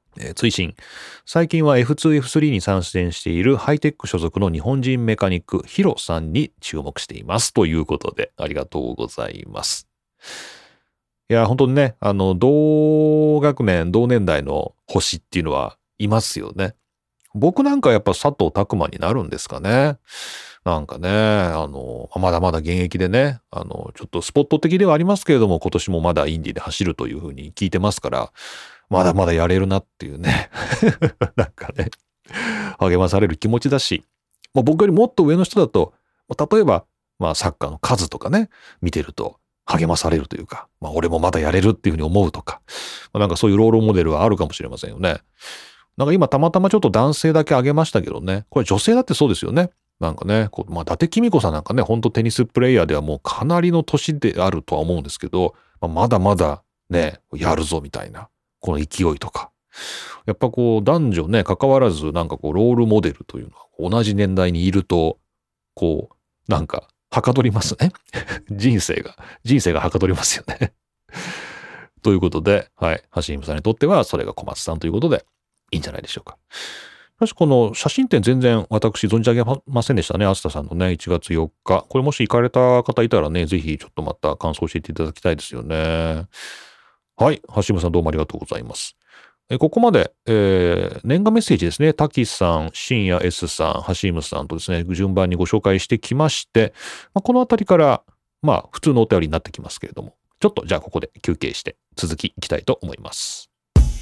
えー追伸。最近は エフツー、エフスリー に参戦しているハイテック所属の日本人メカニック、ヒロさんに注目しています。ということで、ありがとうございます。いや、本当にね、あの、同学年、同年代の星っていうのはいますよね。僕なんかやっぱ佐藤拓磨になるんですかね。なんかね、あの、まだまだ現役でね、あの、ちょっとスポット的ではありますけれども、今年もまだインディで走るというふうに聞いてますから、まだまだやれるなっていうね。なんかね、励まされる気持ちだし、まあ、僕よりもっと上の人だと、例えば、まあサッカーの数とかね、見てると励まされるというか、まあ俺もまだやれるっていうふうに思うとか、まあ、なんかそういうロールモデルはあるかもしれませんよね。なんか今たまたまちょっと男性だけ挙げましたけどね、これ女性だってそうですよね。なんかね、こうまあ、伊達公子さんなんかね、ほんとテニスプレイヤーではもうかなりの年であるとは思うんですけど、まあ、まだまだね、やるぞみたいな、この勢いとか。やっぱこう男女ね、関わらずなんかこうロールモデルというのは同じ年代にいると、こう、なんか、はかどりますね。人生が、人生がはかどりますよね。ということで、はい、橋本さんにとってはそれが小松さんということでいいんじゃないでしょうか。しかしこの写真展全然私存じ上げませんでしたね。あすたさんのね、いちがつよっか。これもし行かれた方いたらね、ぜひちょっとまた感想を教えていただきたいですよね。はい、橋本さんどうもありがとうございます。えここまで、えー、年賀メッセージですね。タキさん、深夜 S さん、ハシームさんとですね、順番にご紹介してきまして、まあ、このあたりから、まあ、普通のお便りになってきますけれども、ちょっとじゃあここで休憩して続きいきたいと思います。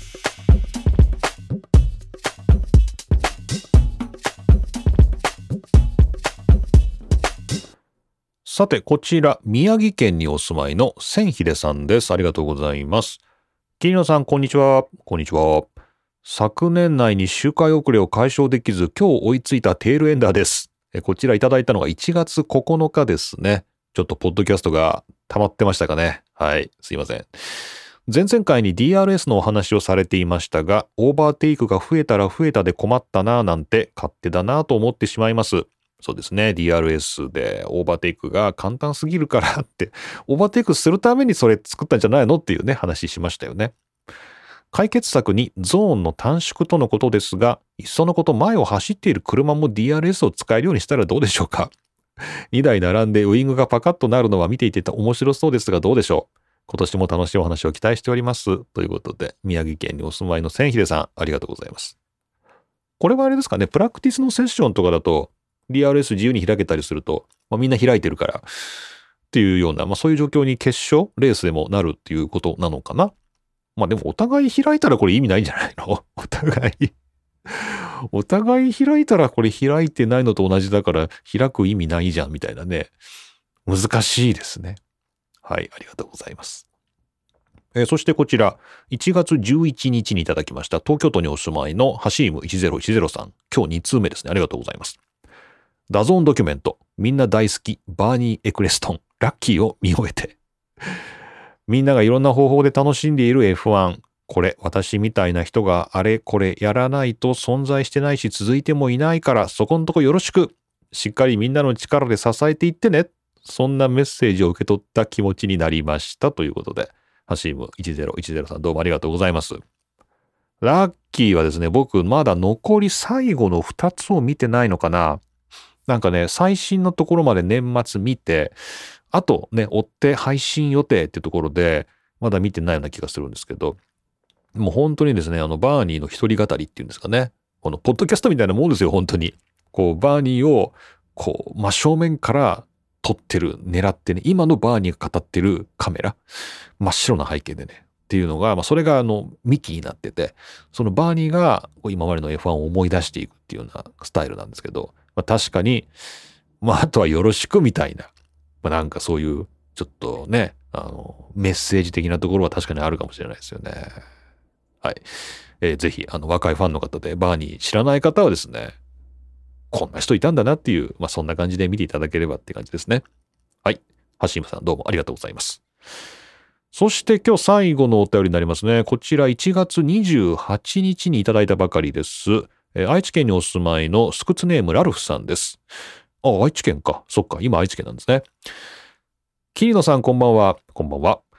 さて、こちら、宮城県にお住まいの千秀さんです。ありがとうございます。桐野さん、こんにちは。こんにちは。昨年内に周回遅れを解消できず、今日追いついたテールエンダーです。こちらいただいたのがいちがつここのかですね。ちょっとポッドキャストが溜まってましたかね。はい、すいません。前々回に ディーアールエス のお話をされていましたが、オーバーテイクが増えたら増えたで困ったなぁなんて勝手だなぁと思ってしまいます。そうですね。ディーアールエス でオーバーテイクが簡単すぎるからって、オーバーテイクするためにそれ作ったんじゃないのっていうね、話しましたよね。解決策にゾーンの短縮とのことですが、いっそのこと前を走っている車も ディーアールエス を使えるようにしたらどうでしょうか。にだい並んでウイングがパカッとなるのは見ていて面白そうですがどうでしょう。今年も楽しいお話を期待しております。ということで、宮城県にお住まいの千秀さん、ありがとうございます。これはあれですかね、プラクティスのセッションとかだと、ディーアールエス 自由に開けたりすると、まあ、みんな開いてるから、っていうような、まあそういう状況に決勝、レースでもなるっていうことなのかな。まあでもお互い開いたらこれ意味ないんじゃないの？お互いお互い開いたらこれ開いてないのと同じだから開く意味ないじゃんみたいなね。難しいですね。はい、ありがとうございます。えー、そしてこちら、いちがつじゅういちにちにいただきました、東京都にお住まいのハシームいちぜろいちぜろさん。今日に通目ですね。ありがとうございます。ダゾーンドキュメント、みんな大好き、バーニー・エクレストン、ラッキーを見終えて。みんながいろんな方法で楽しんでいる エフワン。これ、私みたいな人があれこれやらないと存在してないし続いてもいないから、そこんとこよろしく。しっかりみんなの力で支えていってね。そんなメッセージを受け取った気持ちになりました。ということで、ハシームいちぜろいちぜろさんどうもありがとうございます。ラッキーはですね、僕まだ残り最後のふたつを見てないのかな。なんかね、最新のところまで年末見て、あとね、追って配信予定ってところで、まだ見てないような気がするんですけど、もう本当にですね、あの、バーニーの一人語りっていうんですかね。この、ポッドキャストみたいなもんですよ、本当に。こう、バーニーを、こう、真正面から撮ってる、狙ってね、今のバーニーが語ってるカメラ、真っ白な背景でね、っていうのが、まあ、それがあの、幹になってて、そのバーニーが今までの エフワン を思い出していくっていうようなスタイルなんですけど、まあ、確かに、まあ、あとはよろしくみたいな、まあ、なんかそういう、ちょっとね、あの、メッセージ的なところは確かにあるかもしれないですよね。はい。えー、ぜひ、あの、若いファンの方で、バーニー知らない方はですね、こんな人いたんだなっていう、まあ、そんな感じで見ていただければって感じですね。はい。橋本さんどうもありがとうございます。そして今日最後のお便りになりますね。こちらいちがつにじゅうはちにちにいただいたばかりです。えー、愛知県にお住まいのスクツネームラルフさんです。あ、愛知県か。そっか。今愛知県なんですね。桐野さんこんばんは。こんばんは。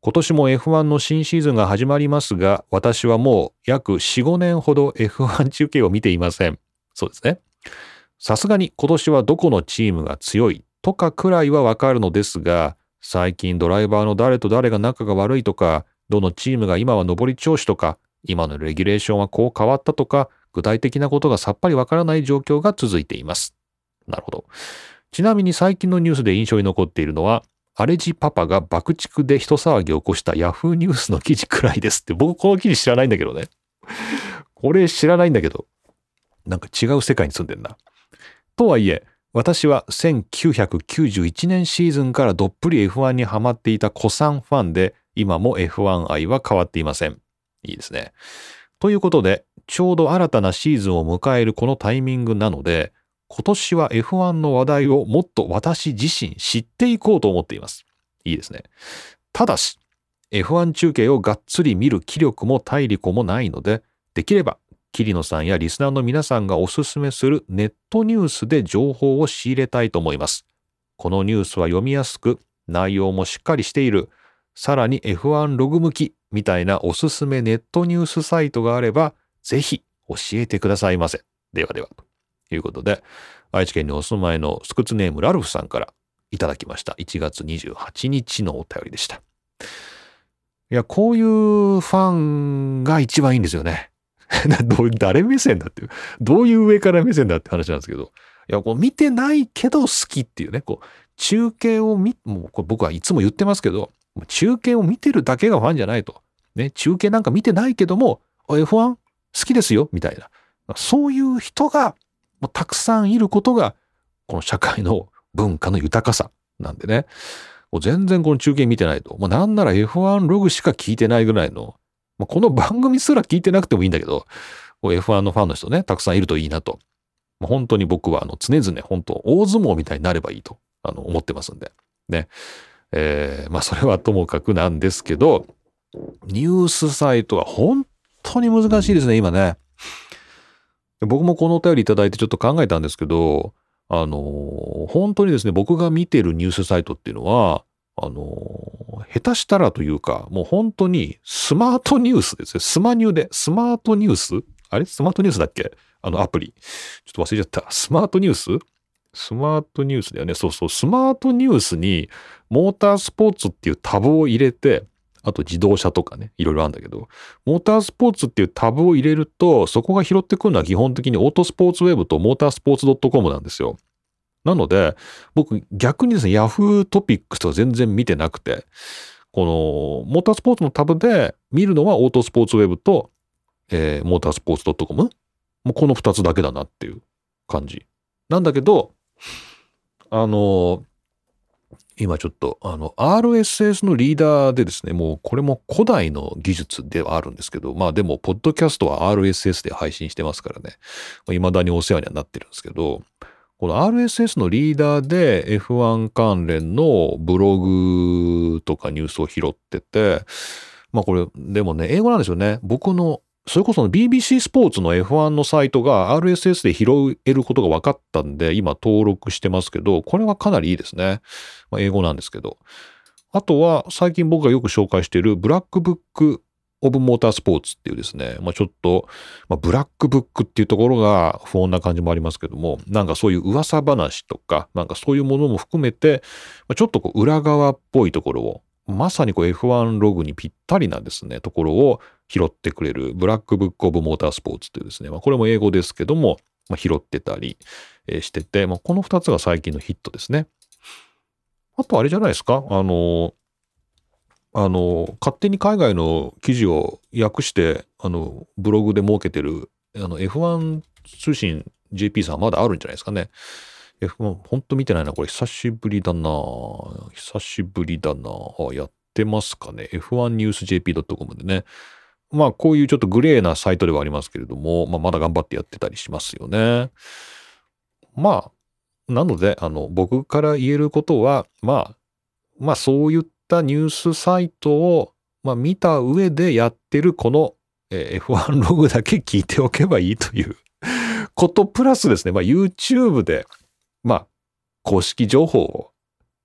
今年も エフワン の新シーズンが始まりますが、私はもう約よん、ごねんほど エフワン 中継を見ていません。そうですね。さすがに今年はどこのチームが強いとかくらいはわかるのですが、最近ドライバーの誰と誰が仲が悪いとか、どのチームが今は上り調子とか、今のレギュレーションはこう変わったとか、具体的なことがさっぱりわからない状況が続いています。なるほど。ちなみに最近のニュースで印象に残っているのは、アレジパパが爆竹で人騒ぎを起こしたヤフーニュースの記事くらいですって。僕この記事知らないんだけどね。これ知らないんだけど。なんか違う世界に住んでんな。とはいえ、私はせんきゅうひゃくきゅうじゅういちねんシーズンからどっぷり エフワン にハマっていた古参ファンで、今も エフワン 愛は変わっていません。いいですね。ということで、ちょうど新たなシーズンを迎えるこのタイミングなので、今年は エフワン の話題をもっと私自身知っていこうと思っています。いいですね。ただし、エフワン 中継をがっつり見る気力も体力もないので、できれば、桐野さんやリスナーの皆さんがおすすめするネットニュースで情報を仕入れたいと思います。このニュースは読みやすく、内容もしっかりしている、さらに エフワン ログ向きみたいなおすすめネットニュースサイトがあれば、ぜひ教えてくださいませ。ではでは。ということで、愛知県にお住まいのスクツネームラルフさんからいただきました。いちがつにじゅうはちにちのお便りでした。いや、こういうファンが一番いいんですよね。どう誰目線だっていう。どういう上から目線だって話なんですけど。いや、こう見てないけど好きっていうね。こう中継を見、もうこれ僕はいつも言ってますけど、中継を見てるだけがファンじゃないと。ね、中継なんか見てないけども、エフワン 好きですよ、みたいな。そういう人がもうたくさんいることが、この社会の文化の豊かさなんでね。もう全然この中継見てないと。もうなんなら エフワン ログしか聞いてないぐらいの、まあ、この番組すら聞いてなくてもいいんだけど、エフワン のファンの人ね、たくさんいるといいなと。まあ、本当に僕はあの常々本当大相撲みたいになればいいとあの思ってますんで。ね。えー、まあそれはともかくなんですけど、ニュースサイトは本当に難しいですね、今ね。僕もこのお便りいただいてちょっと考えたんですけど、あの、本当にですね、僕が見てるニュースサイトっていうのは、あの、下手したらというか、もう本当にスマートニュースですよ。スマニューで、スマートニュースあれスマートニュースだっけあのアプリ。ちょっと忘れちゃった。スマートニューススマートニュースだよね。そうそう。スマートニュースにモータースポーツっていうタブを入れて、あと自動車とかね、いろいろあるんだけど、モータースポーツっていうタブを入れると、そこが拾ってくるのは基本的にオートスポーツウェブとモータースポーツ .com なんですよ。なので、僕逆にですね、ヤフートピックスとか全然見てなくて、このモータースポーツのタブで見るのはオートスポーツウェブと、えー、モータースポーツ .com? もうこの二つだけだなっていう感じ。なんだけど、あの、今ちょっと、あの、アールエスエス のリーダーでですね、もうこれも古代の技術ではあるんですけど、まあでも、ポッドキャストは アールエスエス で配信してますからね、未だにお世話にはなってるんですけど、この アールエスエス のリーダーで エフワン 関連のブログとかニュースを拾ってて、まあこれ、でもね、英語なんですよね。僕の、それこそ ビービーシー スポーツの エフワン のサイトが アールエスエス で拾えることが分かったんで、今登録してますけど、これはかなりいいですね。まあ、英語なんですけど。あとは、最近僕がよく紹介しているブラックブックオブモータースポーツっていうですね、まあちょっと、まあ、ブラックブックっていうところが不穏な感じもありますけども、なんかそういう噂話とか、なんかそういうものも含めて、まあ、ちょっとこう裏側っぽいところを、まさにこう エフワン ログにぴったりなですね、ところを拾ってくれるブラックブックオブモータースポーツというですね、まあこれも英語ですけども、まあ、拾ってたりしてて、まあこの二つが最近のヒットですね。あとあれじゃないですか、あの、あの、勝手に海外の記事を訳して、あの、ブログで設けてる、あの、エフワン 通信 ジェーピー さんまだあるんじゃないですかね。エフワン、ほんと見てないな。これ久しぶりだな。久しぶりだな。あ、やってますかね。エフワンニュースジェーピードットコム でね。まあ、こういうちょっとグレーなサイトではありますけれども、まあ、まだ頑張ってやってたりしますよね。まあ、なので、あの、僕から言えることは、まあ、まあ、そういったニュースサイトを、まあ、見た上でやってるこの、えー、エフワン ログだけ聞いておけばいいということプラスですね、まあ、YouTube で、まあ、公式情報を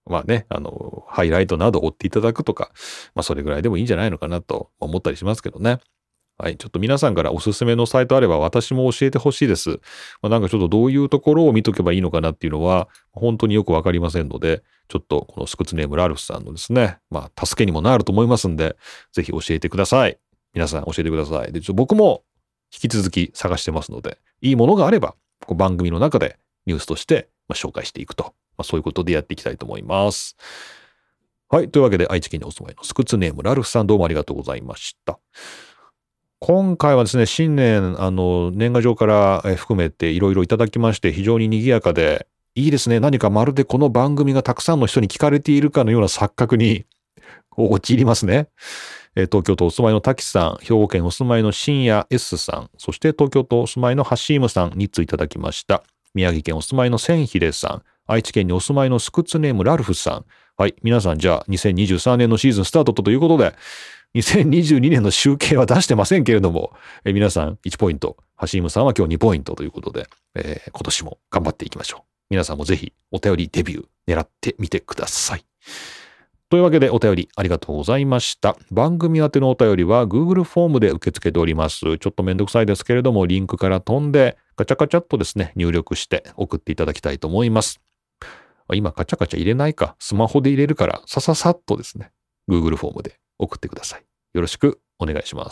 まあね、あの、ハイライトなど追っていただくとか、まあそれぐらいでもいいんじゃないのかなと思ったりしますけどね。はい。ちょっと皆さんからおすすめのサイトあれば私も教えてほしいです。まあ、なんかちょっとどういうところを見とけばいいのかなっていうのは本当によくわかりませんので、ちょっとこのスクツネームラルフさんのですね、まあ助けにもなると思いますんで、ぜひ教えてください。皆さん教えてください。で、ちょ僕も引き続き探してますので、いいものがあれば、こう番組の中でニュースとしてまあ紹介していくと、まあ、そういうことでやっていきたいと思います。はい。というわけで、愛知県にお住まいのスクツネームラルフさん、どうもありがとうございました。今回はですね、新年、あの、年賀状から含めていろいろいただきまして、非常に賑やかで、いいですね。何かまるでこの番組がたくさんの人に聞かれているかのような錯覚に陥りますね。東京都お住まいの滝さん、兵庫県お住まいの深夜 S さん、そして東京都お住まいのハシームさんについただきました。宮城県お住まいの千秀さん、愛知県にお住まいのスクツネームラルフさん。はい、皆さんじゃあにせんにじゅうさんねんのシーズンスタートということで、にせんにじゅうにねんの集計は出してませんけれども、え皆さんいちポイント、ハシームさんは今日にポイントということで、えー、今年も頑張っていきましょう。皆さんもぜひお便りデビュー狙ってみてください。というわけでお便りありがとうございました。番組宛てのお便りは Google フォームで受け付けております。ちょっとめんどくさいですけれども、リンクから飛んでカチャカチャっとですね、入力して送っていただきたいと思います。今カチャカチャ入れないか、スマホで入れるから、さささっとですね、Google フォームで送ってください。よろしくお願いします。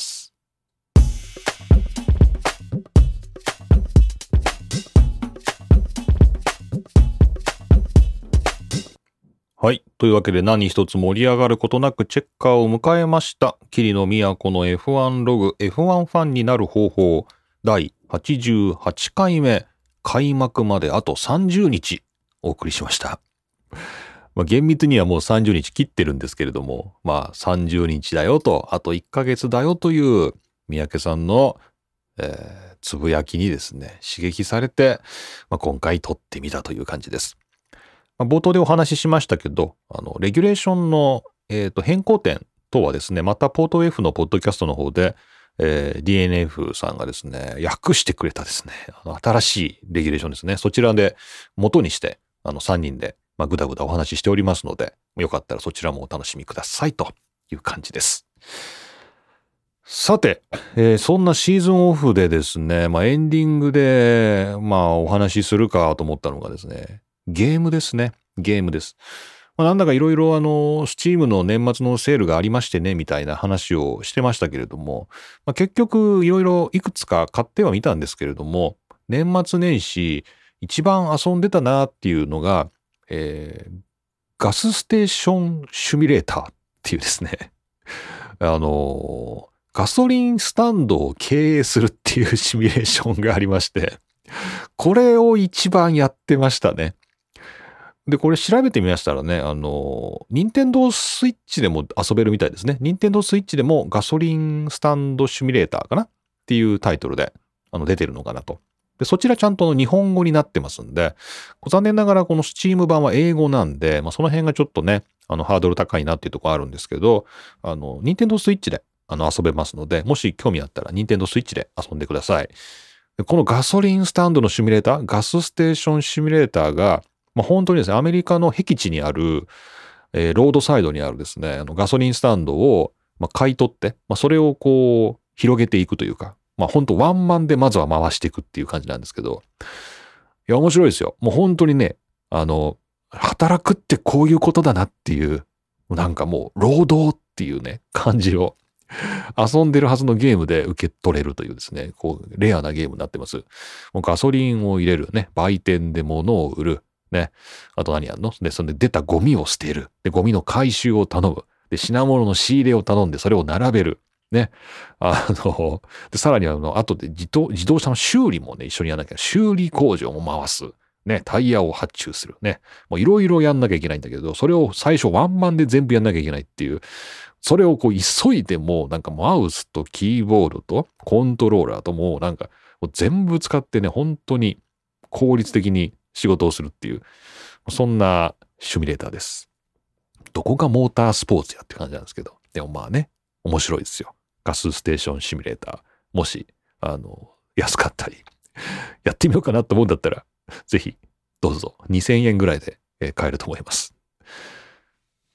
はい。というわけで何一つ盛り上がることなくチェッカーを迎えました。桐野都の エフワン ログ エフワン ファンになる方法だいはちじゅうはちかいめ開幕まであとさんじゅうにちお送りしました。まあ、厳密にはもうさんじゅうにち切ってるんですけれども、まあさんじゅうにちだよと、あといっかげつだよという三宅さんの、えー、つぶやきにですね、刺激されて、まあ、今回撮ってみたという感じです。まあ、冒頭でお話ししましたけど、あの、レギュレーションの、えーと、変更点等はですね、またポート F のポッドキャストの方で、えー、ディーエヌエフ さんがですね、訳してくれたですね、あの新しいレギュレーションですね。そちらで元にして、あのさんにんで、まあ、ぐだぐだお話ししておりますので、よかったらそちらもお楽しみくださいという感じです。さて、えー、そんなシーズンオフでですね、まあ、エンディングで、まあ、お話しするかと思ったのがですね、ゲームですね。ゲームです。まあ、なんだかいろいろあの、スチームの年末のセールがありましてね、みたいな話をしてましたけれども、まあ、結局いろいろいくつか買ってはみたんですけれども、年末年始一番遊んでたなっていうのが、えー、ガスステーションシミュレーターっていうですね、あの、ガソリンスタンドを経営するっていうシミュレーションがありまして、これを一番やってましたね。で、これ調べてみましたらね、あの、任天堂スイッチでも遊べるみたいですね。任天堂スイッチでもガソリンスタンドシミュレーターかなっていうタイトルであの出てるのかなと。で、そちらちゃんと日本語になってますんで、残念ながらこのスチーム版は英語なんで、まあ、その辺がちょっとね、あの、ハードル高いなっていうところあるんですけど、あの、任天堂スイッチであの遊べますので、もし興味あったら任天堂スイッチで遊んでください。でこのガソリンスタンドのシミュレーター、ガスステーションシミュレーターが、まあ、本当にですね、アメリカの僻地にある、えー、ロードサイドにあるですね、あのガソリンスタンドを、まあ、買い取って、まあ、それをこう、広げていくというか、まあ、本当ワンマンでまずは回していくっていう感じなんですけど、いや、面白いですよ。もう本当にね、あの、働くってこういうことだなっていう、なんかもう、労働っていうね、感じを、遊んでるはずのゲームで受け取れるというですね、こう、レアなゲームになってます。もうガソリンを入れるね、売店で物を売る。ね。あと何やんので、それで出たゴミを捨てる。で、ゴミの回収を頼む。で、品物の仕入れを頼んで、それを並べる。ね。あの、で、さらにあの、後で自動、自動車の修理もね、一緒にやんなきゃ。修理工場も回す。ね。タイヤを発注する。ね。もういろいろやんなきゃいけないんだけど、それを最初ワンマンで全部やんなきゃいけないっていう、それをこう急いでもうなんかマウスとキーボードとコントローラーともうなんか全部使ってね、本当に効率的に仕事をするっていう、そんなシミュレーターです。どこがモータースポーツやって感じなんですけど、でもまあね、面白いですよ。ガスステーションシミュレーター。もし、あの、安かったり、やってみようかなと思うんだったら、ぜひ、どうぞ、にせんえんぐらいで買えると思います。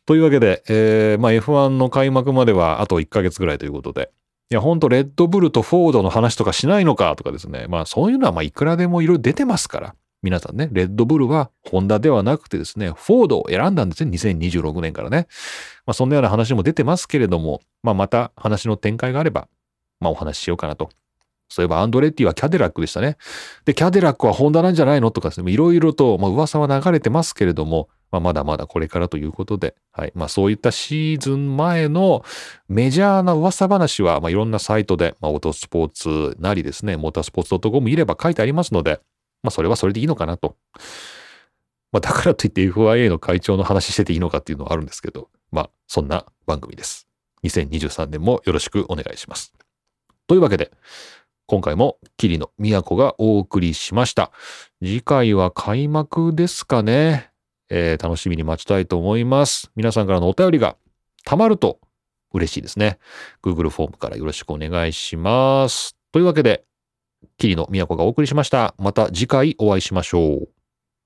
というわけで、えーまあ、エフワン の開幕まではあといっかげつぐらいということで、いや、ほんとレッドブルとフォードの話とかしないのかとかですね。まあそういうのはまあいくらでもいろいろ出てますから。皆さんね、レッドブルはホンダではなくてですね、フォードを選んだんですね。にせんにじゅうろくねんからね。まあそんなような話も出てますけれども、まあまた話の展開があれば、まあお話ししようかなと。そういえばアンドレッティはキャデラックでしたね。で、キャデラックはホンダなんじゃないのとかですね、いろいろと、まあ、噂は流れてますけれども、まあ、まだまだこれからということで、はい。まあ、そういったシーズン前のメジャーな噂話は、まあ、いろんなサイトで、まあ、オートスポーツなりですね、モータースポーツ .com いれば書いてありますので、まあ、それはそれでいいのかなと。まあ、だからといって エフアイエー の会長の話してていいのかっていうのはあるんですけど、まあ、そんな番組です。にせんにじゅうさんねんもよろしくお願いします。というわけで、今回も桐野都がお送りしました。次回は開幕ですかね。えー、楽しみに待ちたいと思います。皆さんからのお便りがたまると嬉しいですね。Google フォームからよろしくお願いします。というわけで、桐野都がお送りしました。また次回お会いしましょう。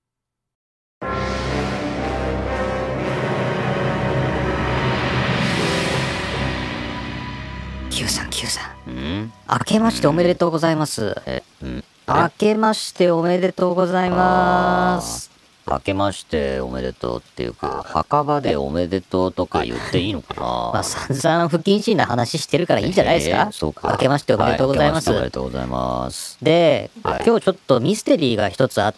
Q さん Q さん、ん明けましておめでとうございます。え、ん明けましておめでとうございます。 明けましておめでとうっていうか、墓場でおめでとうとか言っていいのかな。 まあ散々不謹慎な話してるからいいんじゃないですか。 えーそうか。 明けましておめでとうございます。 はい、明けましておめでとうございます。 で、 はい今日ちょっとミステリーが一つあって、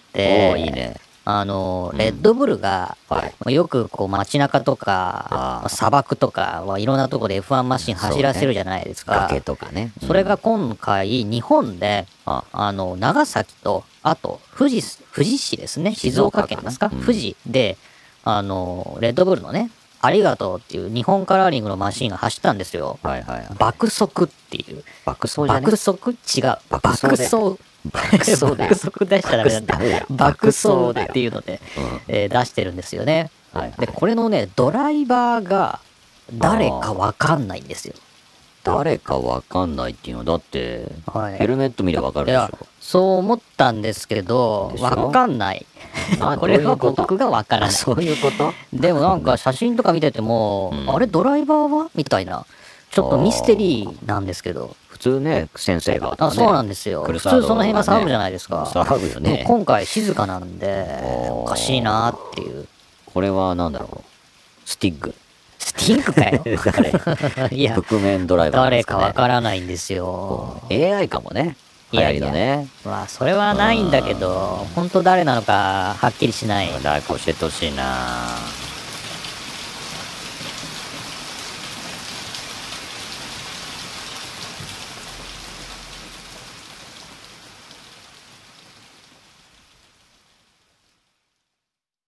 おーいいね。 あの、レッドブルが、 はいよくこう街中とか、 あー砂漠とか、いろんなところで エフワン マシン走らせるじゃないですか。 崖とかね。 それが今回、日本で、 ああの、長崎と、あと、富士、富士市ですね。静岡県ですか、 静岡かなうん富士で、あの、レッドブルのね、ありがとうっていう日本カラーリングのマシンが走ったんですよ。 はいはいはい。 爆速っていう。 爆走じゃね爆速違う。 爆走で爆走。 爆走で爆速出したらダメなんだダメだよ。 爆走爆走だよっていうので、 うんえー出してるんですよね。 はいはいで、これのね、ドライバーが誰かわかんないんですよ。 誰かわかんないっていうのだって、 はいヘルメット見ればわかるいやでしょ。、 そう思ったんですけどで、しょわかんない。 あこれはどういうこと僕がわからない。 そういうことでもなんか写真とか見てても、 うんあれドライバーはみたいな。ちょっとミステリーなんですけど。 普通ね、先生が、ね。 あ、そうなんですよ。普通クルサードその辺が騒ぐじゃないですか。 騒ぐよねでも今回静かなんで、 おーおかしいなっていう。 これはなんだろう。スティッグ。 スティンクかよ。 誰いや、 覆面ドライバーなんですかね。 誰かわからないんですよ。 エーアイ かもね。 いやいや流行りのね。 まあ、それはないんだけど、本当誰なのかはっきりしない。 誰か教えてほしいな。